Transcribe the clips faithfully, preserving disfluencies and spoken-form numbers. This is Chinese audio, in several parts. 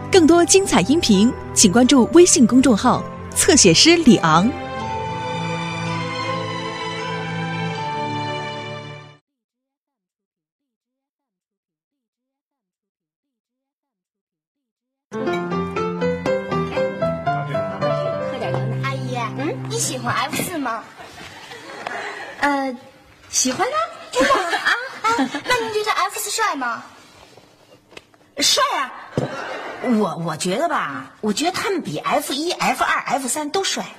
更多精彩音频，请关注微信公众号“侧写师李昂”。 阿姨，嗯，你喜欢 F 四吗？ 呃，喜欢啊， 真的啊啊！那您觉得 F 四帅吗？ 帅啊！我我觉得吧，我觉得他们比 F 一、F 二、F 三都帅。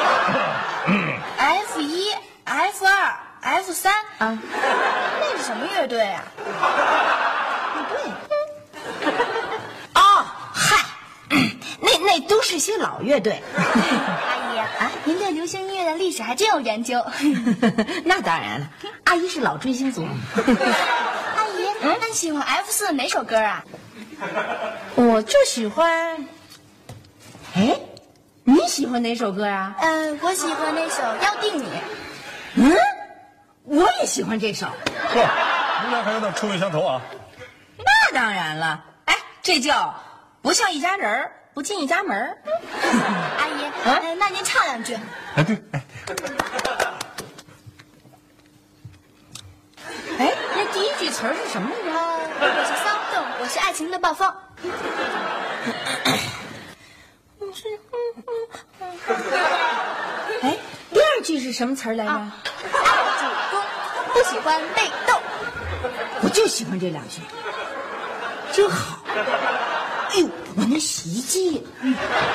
F 一、F 二、F 三啊， 那是什么乐队啊？ 乐队？哦，嗨，那那都是些老乐队。 阿姨啊，您对流行音乐的历史还真有研究。 那当然了，阿姨是老追星族。 阿姨，嗯，那你喜欢 F 四哪首歌啊？ 我就喜欢。哎，你喜欢哪首歌啊？ 呃，我喜欢那首《要定你》。 嗯，我也喜欢这首。 哇，你俩还有点臭味相投啊！ 那当然了，哎，这叫不像一家人不进一家门。 阿姨，啊呃，那您唱两句。 哎，对，哎， 哎，那第一句词儿是什么来着？ 呃，我是骚动，我是爱情的暴风。 哎，第二句是什么词儿来着？ 啊，爱主攻，不喜欢被动。 我就喜欢这两句，真好。哎呦，我那洗衣机。嗯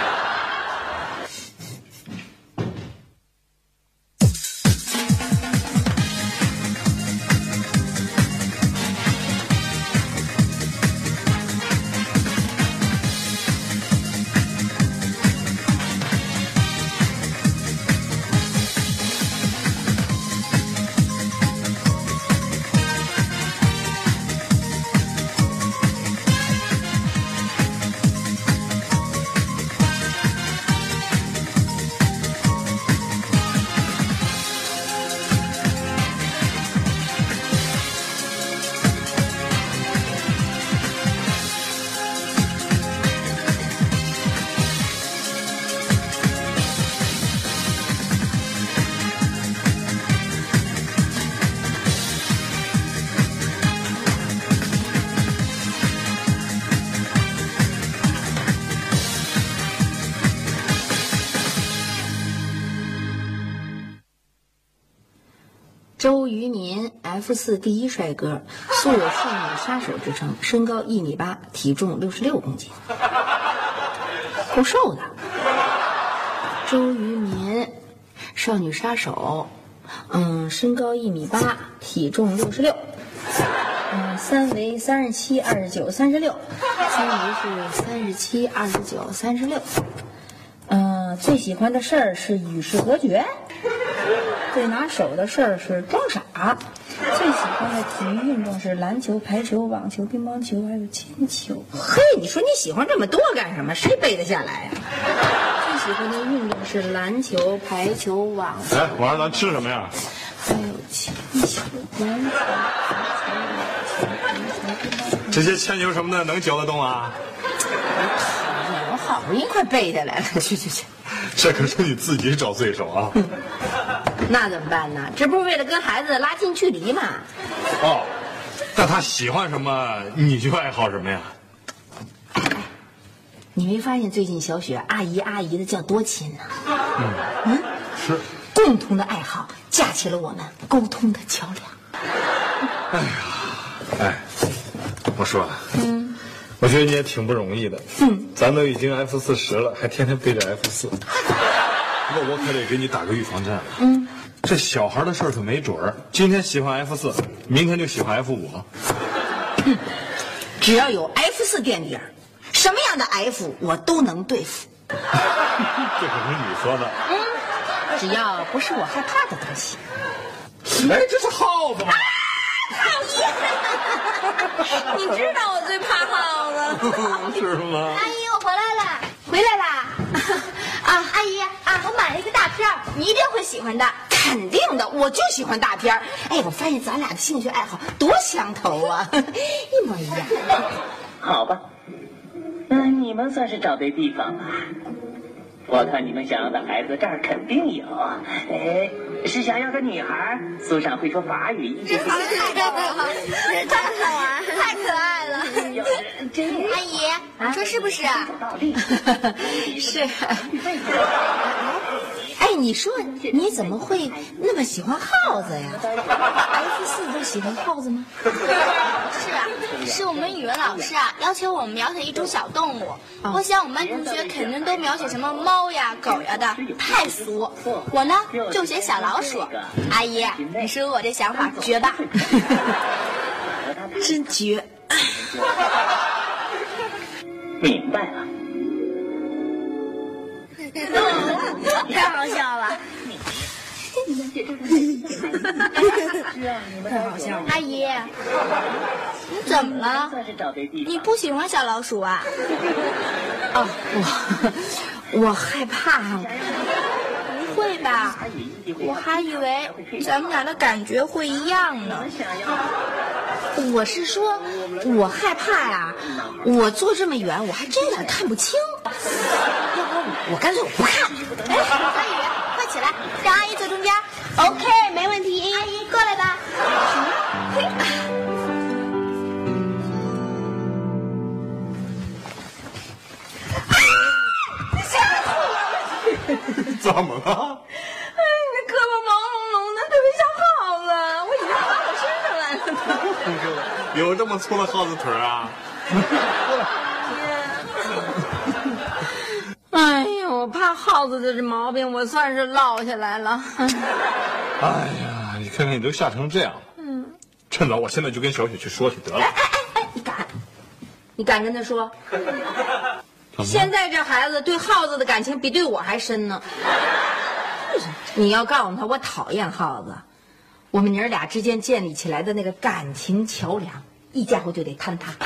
周渝民 F 四第一帅哥，素有少女杀手之称，身高一米八，体重六十六公斤，够瘦的。周渝民，少女杀手，嗯，身高一米八，体重六十六，嗯，三围三十七、二十九、三十六，三围是三十七、二十九、三十六。嗯，最喜欢的事儿是与世隔绝。最拿手的事儿是装傻，最喜欢的体育运动是篮球、排球、网球、乒乓球，还有铅球。嘿，你说你喜欢这么多干什么？谁背得下来呀、啊？最喜欢的运动是篮球、排球、网球。 哎，晚上咱吃什么呀？ 还有铅球、篮球、排球、网球、乒乓球。 这些铅球什么的能教得动啊？ 我好不容易快背下来了，去去去。 这可是你自己找罪受啊！ 那怎么办呢？这不是为了跟孩子拉近距离吗？ 哦，那他喜欢什么，你就爱好什么呀？ 哎，你没发现最近小雪阿姨阿姨的叫多亲呢？ 嗯嗯， 是。 共同的爱好架起了我们沟通的桥梁。 哎呀，哎，我说，嗯，我觉得你也挺不容易的。嗯，咱都已经 F 四十了，还天天背着 F 四。不过我可得给你打个预防针。嗯，这小孩的事儿可没准儿，今天喜欢 F 四，明天就喜欢 F 五了。 嗯，只要有 F 四垫底儿，什么样的 F 我都能对付。 这可是你说的。 嗯，只要不是我害怕的东西。 哎，这是耗子吗？ 讨厌！你知道我最怕耗子。 是吗？ 阿姨，我回来了，回来啦！啊，阿姨啊，我买了一个大片儿，你一定会喜欢的。 肯定的，我就喜欢大片儿。哎，我发现咱俩的兴趣爱好多相投啊，一模一样。 好吧，嗯，你们算是找对地方了。我看你们想要的孩子这儿肯定有。哎，是想要个女孩，苏珊会说法语， 这房子太高了，太好玩，太可爱了。阿姨，你说是不是？ 是。哎，你说你怎么会那么喜欢耗子呀 ？F 四都喜欢耗子吗？ 是啊，是我们语文老师啊要求我们描写一种小动物。哦、我想我们班同学肯定都描写什么猫呀、狗呀的，太俗。我呢就写小老鼠。阿姨，你说我这想法绝吧？ 真绝！ 明白了。 太好笑了！ 太好笑了！ 阿姨，你怎么了？你不喜欢小老鼠啊？ 哦，我我害怕。 不会吧？我还以为咱们俩的感觉会一样呢。 我是说，我害怕呀。我坐这么远，我还真有点看不清。要不我干脆我不看。 哎，阿姨，快起来，让阿姨坐中间。OK， 没问题。阿姨过来吧。 怎么了？ 哎，你的胳膊毛茸茸的，特别像耗子，我以为爬我身上来了。 有这么粗的耗子腿啊？ 哎呦，我怕耗子的这毛病，我算是落下来了。 哎呀，你看看你都吓成这样了。嗯，趁早，我现在就跟小雪去说去得了。 哎哎哎哎，你敢？你敢跟他说？现在这孩子对耗子的感情比对我还深呢。你要告诉他我讨厌耗子，我们娘俩之间建立起来的那个感情桥梁，一家伙就得坍塌。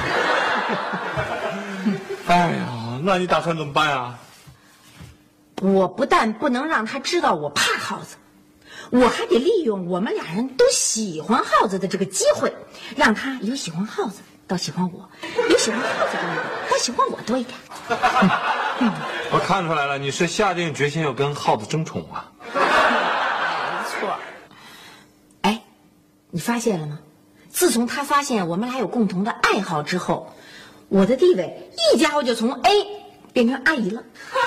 哎呀，那你打算怎么办呀？ 我不但不能让他知道我怕耗子，我还得利用我们俩人都喜欢耗子的这个机会，让他由喜欢耗子到喜欢我，由喜欢耗子到喜欢我多一点。 我看出来了，你是下定决心要跟耗子争宠啊？ 没错。哎，你发现了吗？自从他发现我们俩有共同的爱好之后，我的地位一家伙就从 A 变成阿姨了。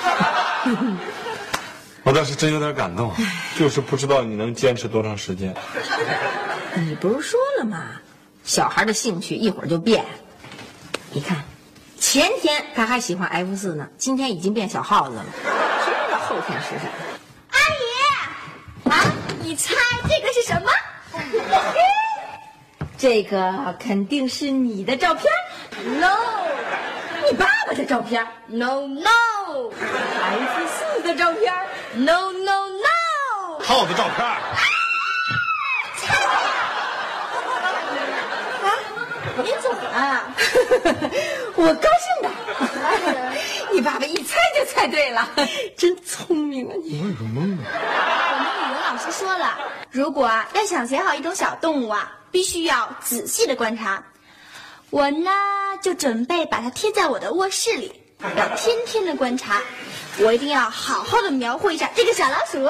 我倒是真有点感动，就是不知道你能坚持多长时间。 你不是说了吗？小孩的兴趣一会儿就变。你看，前天他还喜欢 F 四呢，今天已经变小耗子了。谁知道后天是什么？ 阿姨，啊，你猜这个是什么？ 这个肯定是你的照片。 No， 你爸爸的照片。 No No，F 四的照片。 No No No， 耗子照片。 你怎么了？ 我高兴的。你爸爸一猜就猜对了，真聪明啊你！ 我有懵了。 我们语文老师说了，如果啊要想写好一种小动物啊，必须要仔细的观察。我呢就准备把它贴在我的卧室里，要天天的观察。我一定要好好的描绘一下这个小老鼠。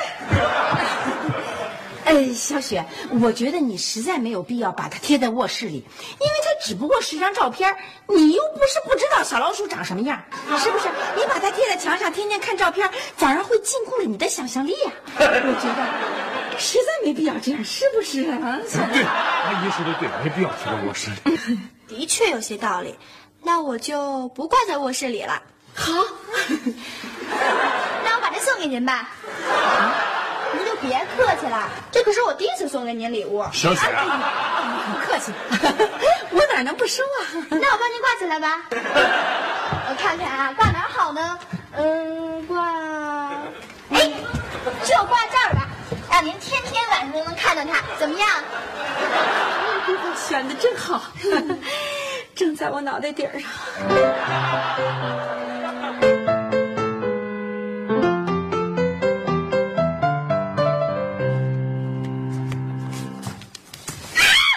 哎，小雪，我觉得你实在没有必要把它贴在卧室里，因为它只不过是张照片，你又不是不知道小老鼠长什么样，是不是？你把它贴在墙上，天天看照片，反而会禁锢了你的想象力呀、啊。我觉得实在没必要这样，是不是啊？ 对，阿姨说的对，没必要贴在卧室里。 的确有些道理，那我就不挂在卧室里了。 好， 那我把这送给您吧。啊您就别客气了，这可是我第一次送给您礼物。 小雪， 不客气，我哪能不收啊？ 那我帮您挂起来吧。我看看啊，挂哪儿好呢？嗯，挂……哎，就挂这儿吧，让您天天晚上都能看到它，怎么样？ 选的真好，正在我脑袋顶上。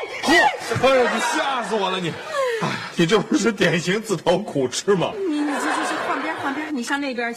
哎呀，你吓死我了你！哎呀，你这不是典型自讨苦吃吗？ 你你这边，你上那边去。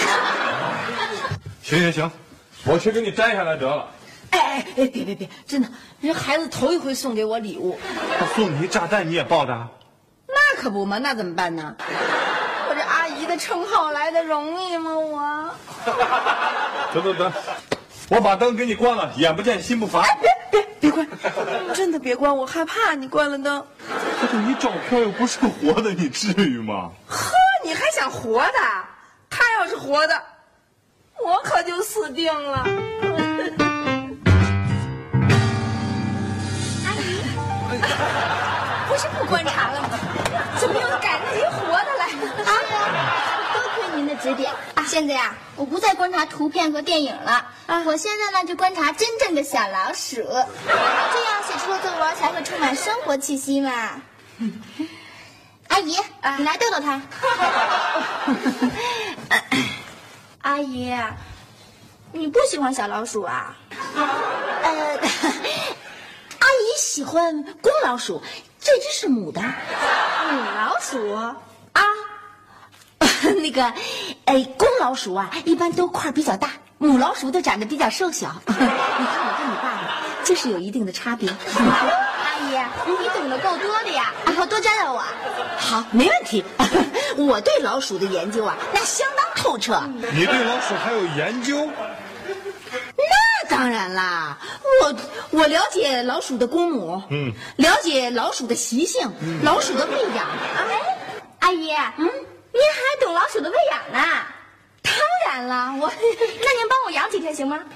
行行行，我去给你摘下来得了。 哎哎哎，别别别，真的，人孩子头一回送给我礼物， 他送你一炸弹，你也抱着？ 那可不嘛，那怎么办呢？我这阿姨的称号来的容易吗？我。 得得得，我把灯给你关了，眼不见心不烦。 哎、别别别关，真的别关，我害怕你关了灯。 可是你照片又不是活的，你至于吗？ 呵，你还想活的？他要是活的，我可就死定了。 阿姨，不是不观察了吗？怎么又赶出一活的来了？啊，多亏您的指点啊！现在呀，我不再观察图片和电影了，啊、我现在呢就观察真正的小老鼠，这样写出的作文才会充满生活气息嘛。阿姨，啊、你来逗逗他。阿姨，你不喜欢小老鼠啊？ 呃，阿姨喜欢公老鼠，这只是母的。 母老鼠啊？ 那个，哎，公老鼠啊，一般都块比较大，母老鼠都长得比较瘦小。你看我跟你爸爸就是有一定的差别。 阿姨，你懂得够多的呀，以后多教教我。 好，没问题。我对老鼠的研究啊，那相当透彻。 你对老鼠还有研究？ 那当然啦，我我了解老鼠的公母，嗯，了解老鼠的习性，嗯、老鼠的喂养。 哎，阿姨，嗯，您还懂老鼠的喂养呢？当然了，我那您帮我养几天行吗？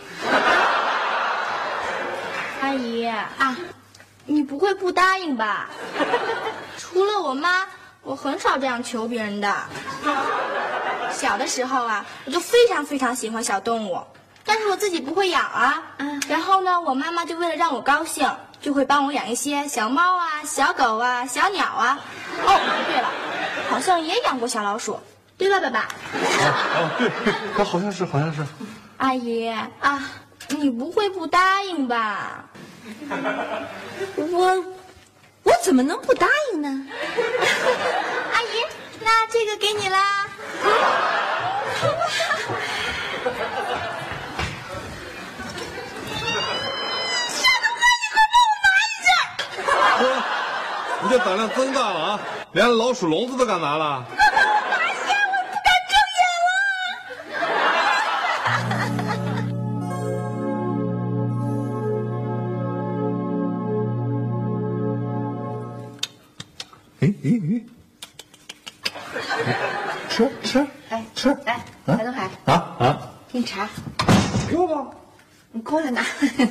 阿姨啊，你不会不答应吧？除了我妈，我很少这样求别人的。小的时候啊，我就非常非常喜欢小动物，但是我自己不会养啊。嗯，然后呢，我妈妈就为了让我高兴，就会帮我养一些小猫啊、小狗啊、小鸟啊。哦，对了，好像也养过小老鼠，对吧，爸爸？ 哦，对，他好像是，好像是。 阿姨啊，你不会不答应吧？ 我我怎么能不答应呢？ 阿姨，那这个给你啦。 下得快，你快帮我拿一下。 哥，你这胆量真大了啊！连老鼠笼子都敢拿了。哎哎哎！吃吃， 哎吃！ 来，海东海啊啊！ 给你茶， 给我吧。 你过来拿。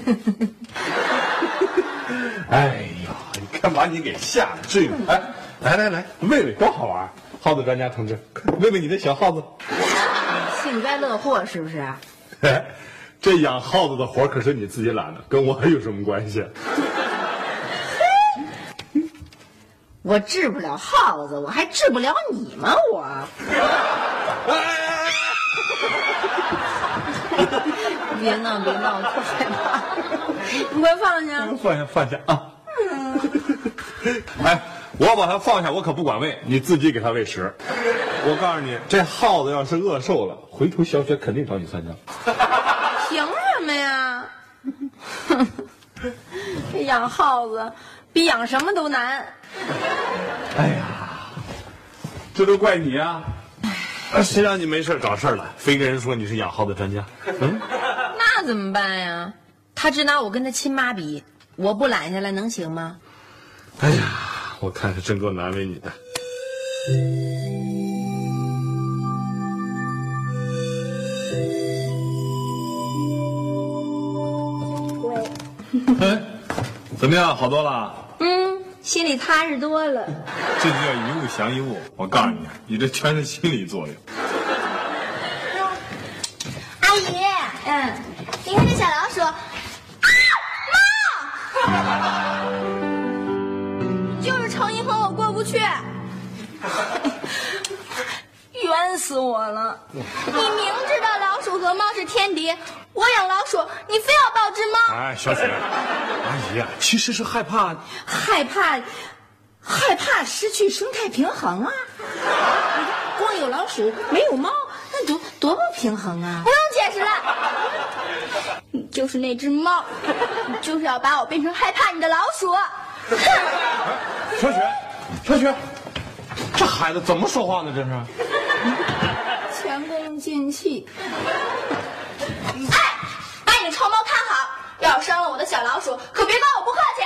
哎呀，你看把你给吓的，至于吗？哎，来来来，喂喂，多好玩！耗子专家同志，喂喂你的小耗子。 幸灾乐祸是不是？ 哎，这养耗子的活可是你自己揽的，跟我有什么关系？ 我治不了耗子，我还治不了你吗？我。别闹别闹，我特害怕。你快放下！ 放下放下啊！哎，我把它放下，我可不管喂，你自己给它喂食。我告诉你，这耗子要是饿瘦了，回头小雪肯定找你算账。 凭什么呀？这养耗子比养什么都难。 哎呀，这都怪你啊！谁让你没事找事了，非跟人说你是养耗子专家？嗯， 那怎么办呀？他只拿我跟他亲妈比，我不揽下来能行吗？ 哎呀，我看是真够难为你的。喂，哎，怎么样？好多了？ 嗯，心里踏实多了。 这就叫一物降一物。我告诉你，你这全是心理作用。 阿姨，嗯，你看这小老鼠，啊，妈，就是程一和我过不去， 冤死我了！ 你明知道老鼠和猫是天敌，我养老鼠，你非要抱只猫？ 哎，小雪，阿姨啊，其实是害怕， 害怕，害怕失去生态平衡啊！ 光有老鼠没有猫，那多多不平衡啊！ 不用解释了，你就是那只猫，你就是要把我变成害怕你的老鼠。 小雪，小雪，这孩子怎么说话呢？这是前功尽弃。 哎，把你的臭猫看好，要伤了我的小老鼠，可别怪我不客气。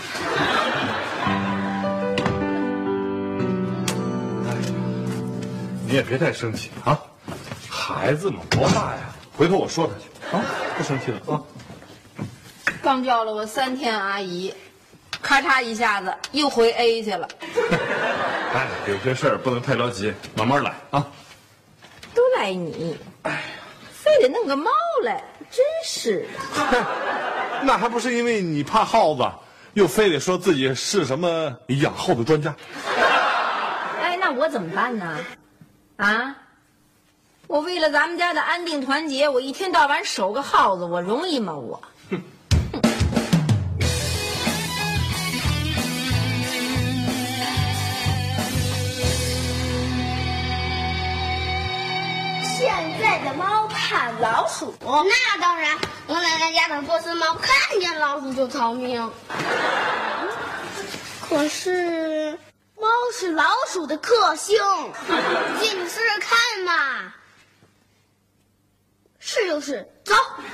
你也别太生气啊，孩子嘛，多大呀？回头我说他去啊，不生气了啊。 刚叫了我三天阿姨，咔嚓一下子又回 A 去了。 哎，有些事儿不能太着急，慢慢来啊。 都赖你，哎呀，非得弄个猫来，真是的。 那还不是因为你怕耗子，又非得说自己是什么养耗子专家。 哎，那我怎么办呢？啊，我为了咱们家的安定团结，我一天到晚守个耗子，我容易吗？我。 现在的猫怕老鼠， 那当然，我奶奶家的波斯猫看见老鼠就逃命。可是，猫是老鼠的克星，进去试试看嘛。是就是，走。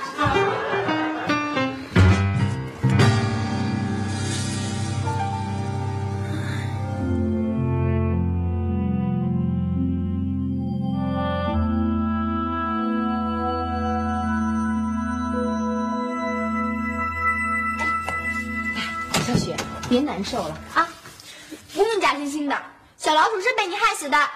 小雪，别难受了啊！ 不用假惺惺的，小老鼠是被你害死的。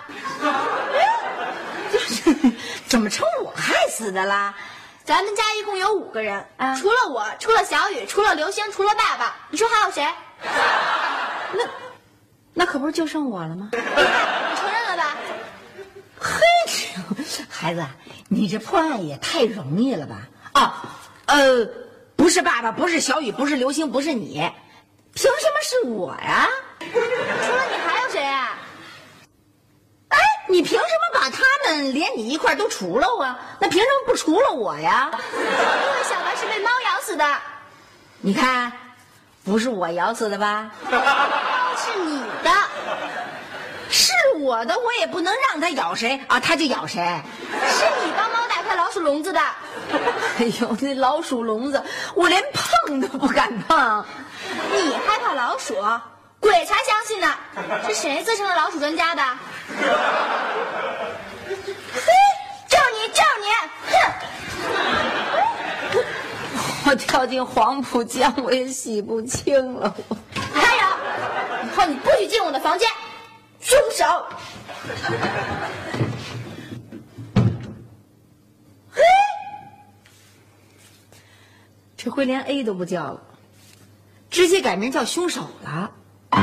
怎么成我害死的啦？ 咱们家一共有五个人， 啊、 除了我，除了小雨，除了刘星，除了爸爸，你说还有谁？ 那那可不是就剩我了吗？ 你承认了吧？ 嘿，孩子，你这破案也太容易了吧？哦，呃，不是爸爸，不是小雨，不是刘星，不是你。凭什么是我呀？ 除了你还有谁啊？ 哎，你凭什么把他们连你一块都除了啊？那凭什么不除了我呀？ 因为小白是被猫咬死的。 你看，不是我咬死的吧？ 是你的， 是我的，我也不能让它咬谁啊，它就咬谁。 是你帮猫打开老鼠笼子的。 哎呦，那老鼠笼子，我连碰都不敢碰。 你害怕老鼠，鬼才相信呢！是谁自称了老鼠专家的？嘿，就是你，就是你！哼！ 我跳进黄浦江，我也洗不清了。我还有，以后你不许进我的房间，住手！ 嘿，这回连 A 都不叫了。直接改名叫凶手了。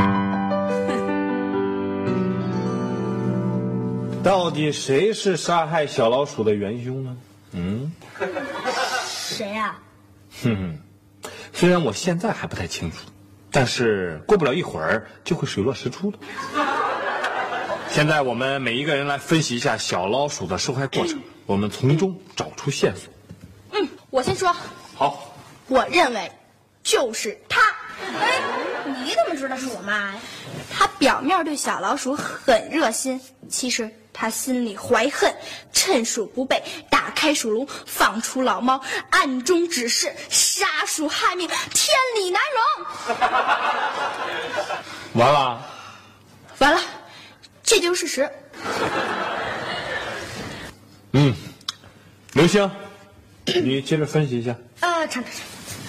到底谁是杀害小老鼠的元凶呢？嗯， 谁呀、啊？ 哼哼，虽然我现在还不太清楚，但是过不了一会儿就会水落石出的。现在我们每一个人来分析一下小老鼠的受害过程，我们从中找出线索。 嗯，我先说。 好， 我认为就是他。哎，你怎么知道是我妈呀？他表面对小老鼠很热心，其实他心里怀恨，趁鼠不备，打开鼠笼，放出老猫，暗中指示，杀鼠害命，天理难容。 完了， 完了，这就是事实。 嗯，刘星，你接着分析一下。 啊，唱唱唱。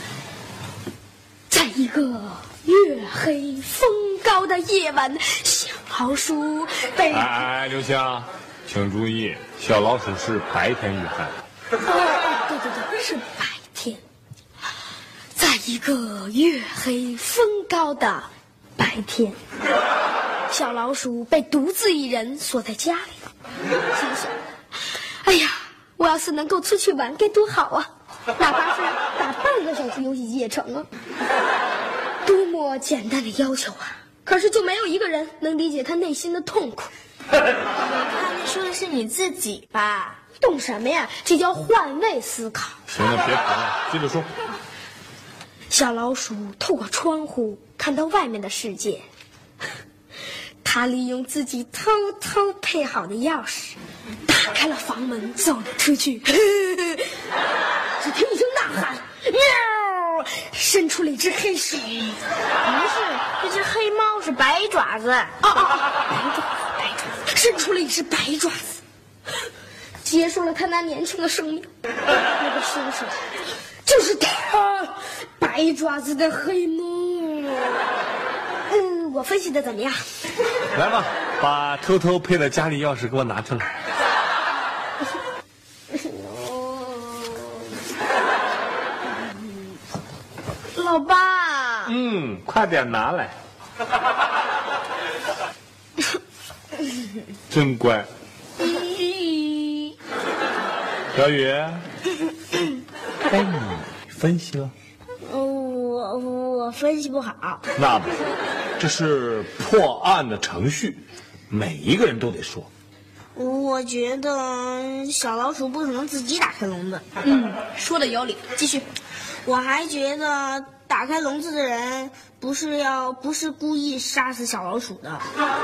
在一个月黑风高的夜晚，小老鼠被…… 哎哎，刘星，请注意，小老鼠是白天遇害。 哦，对对对，是白天。在一个月黑风高的白天，小老鼠被独自一人锁在家里。心想：哎呀，我要是能够出去玩，该多好啊！哪怕是打半个小时游戏机也成啊！多么简单的要求啊！可是就没有一个人能理解他内心的痛苦。 我看那说的是你自己吧？ 懂什么呀？这叫换位思考。 行了，别跑了，接着说。 小老鼠透过窗户看到外面的世界，它利用自己偷偷配好的钥匙，打开了房门，走了出去。只听一声呐喊，喵！伸出了一只黑手。不是，这只黑猫是白爪子。 哦哦哦，白爪子，白爪子，伸出了一只白爪子，结束了他那年轻的生命。那个凶手就是他，白爪子的黑猫。嗯，我分析的怎么样？ 来吧，把偷偷配的家里钥匙给我拿出来。 老爸， 嗯，快点拿来。真乖。小雨，该你分析了。 我我分析不好。 那不，这是破案的程序，每一个人都得说。 我觉得小老鼠不可能自己打开笼子。 嗯，说的有理。继续。 我还觉得打开笼子的人不是要不是故意杀死小老鼠的。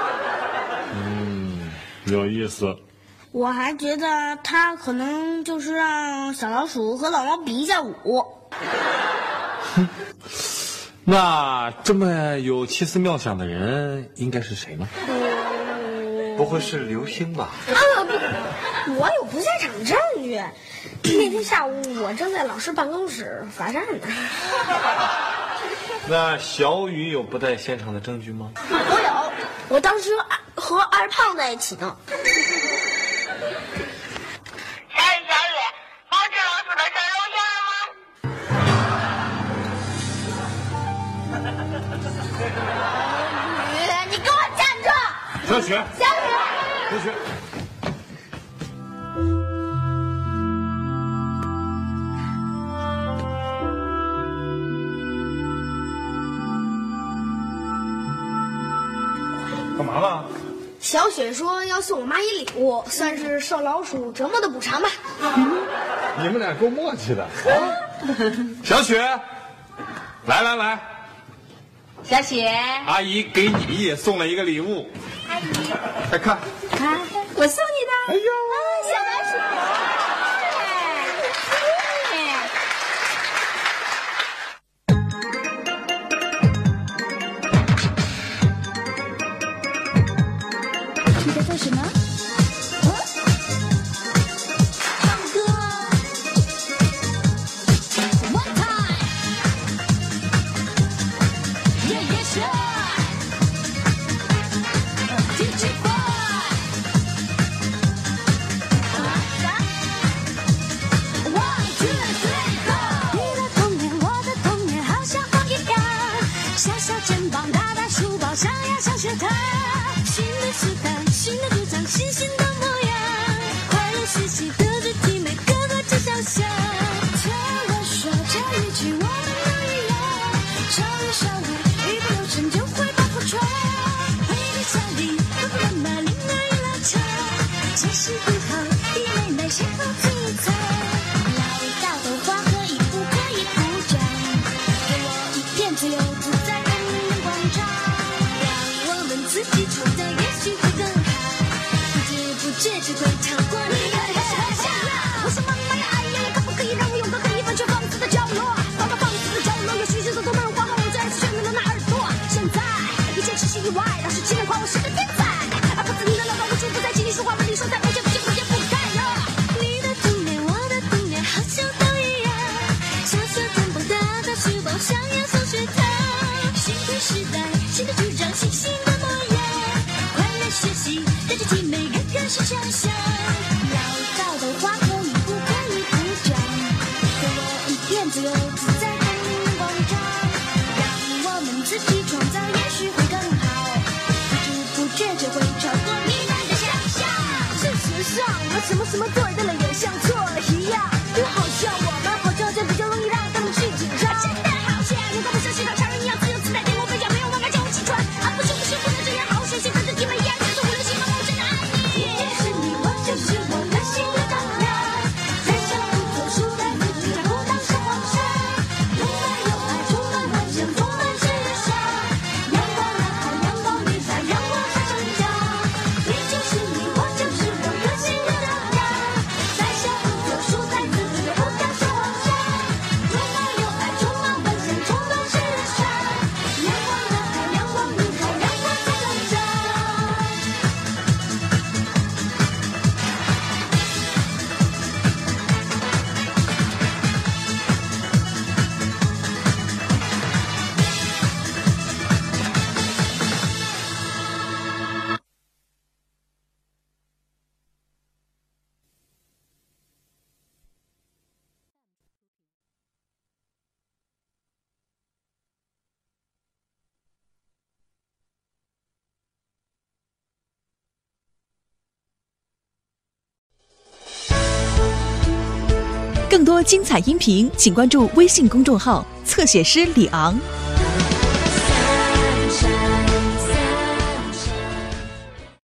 嗯，有意思。 我还觉得他可能就是让小老鼠和老猫比一下武。 哼，那这么有奇思妙想的人应该是谁呢？嗯、不会是刘星吧？ 啊不，我有不在场证据。那天下午我正在老师办公室罚站呢。 那小雨有不在现场的证据吗？ 我有，我当时和二胖在一起呢。 小雨，小雨，猫吃老鼠的事露馅了吗？ 雨，你给我站住！ 小雪， 小雨， 小雪。干嘛了？ 小雪说要送我妈一礼物，算是受老鼠折磨的补偿吧。 你们俩够默契的。小雪，来来来， 小雪， 阿姨给你也送了一个礼物。 阿姨， 快看， 啊，我送你的。 哎呦， 啊，小老鼠。 你在做什么？啊？唱歌。One time。Yeah yeah sure。D J boy。One two three go。你的童年，我的童年，好像风一样，小小肩膀，大大书包，上呀上学堂。新的时代，新的主张，新新的模样，快乐学习的主题，每个个只想象。听我说这一句，我们都一样，少一少来，一不留神就会把破窗。回到家里，爸爸妈妈铃儿一拉长，这是不好，弟妹妹谁好自在。老道的话可以不可以不讲？给我一片自由自在的广场，让我们自己创造，也许会更好。不知不觉就会超过你的想象。我说妈妈呀，哎呀呀，可不可以让我有个可以完全放肆的角落？放到放肆的角落，有许许多多漫画和我最爱炫耀的那耳朵。现在一切只是意外，老师竟然夸我是个天才。而不自你的老板无处不在，请你说话问题说在不见不见不见不该了。你的童年，我的童年，好像都一样，小小肩膀，大大书包，上呀上学堂。新的时代，新的主张，新新的模样，快乐学习的主题，每个个是想象。老道的话可以不可以不讲？给我一片自由自在的广场，让我们自己创造，也许会更好。不知不觉就会超过你们的想象。事实上，我什么什么对的了，也像错了一样，就好像我们好像就比较容易让他们去紧张。真的好像有个不像是他常人一样自由自在，连我飞脚没有办法叫我起床。啊，不是不是，不能这样，好好学习，跟着你们一样，跟着我流行，好好真的爱。 更多精彩音频，请关注微信公众号“侧写师李昂”。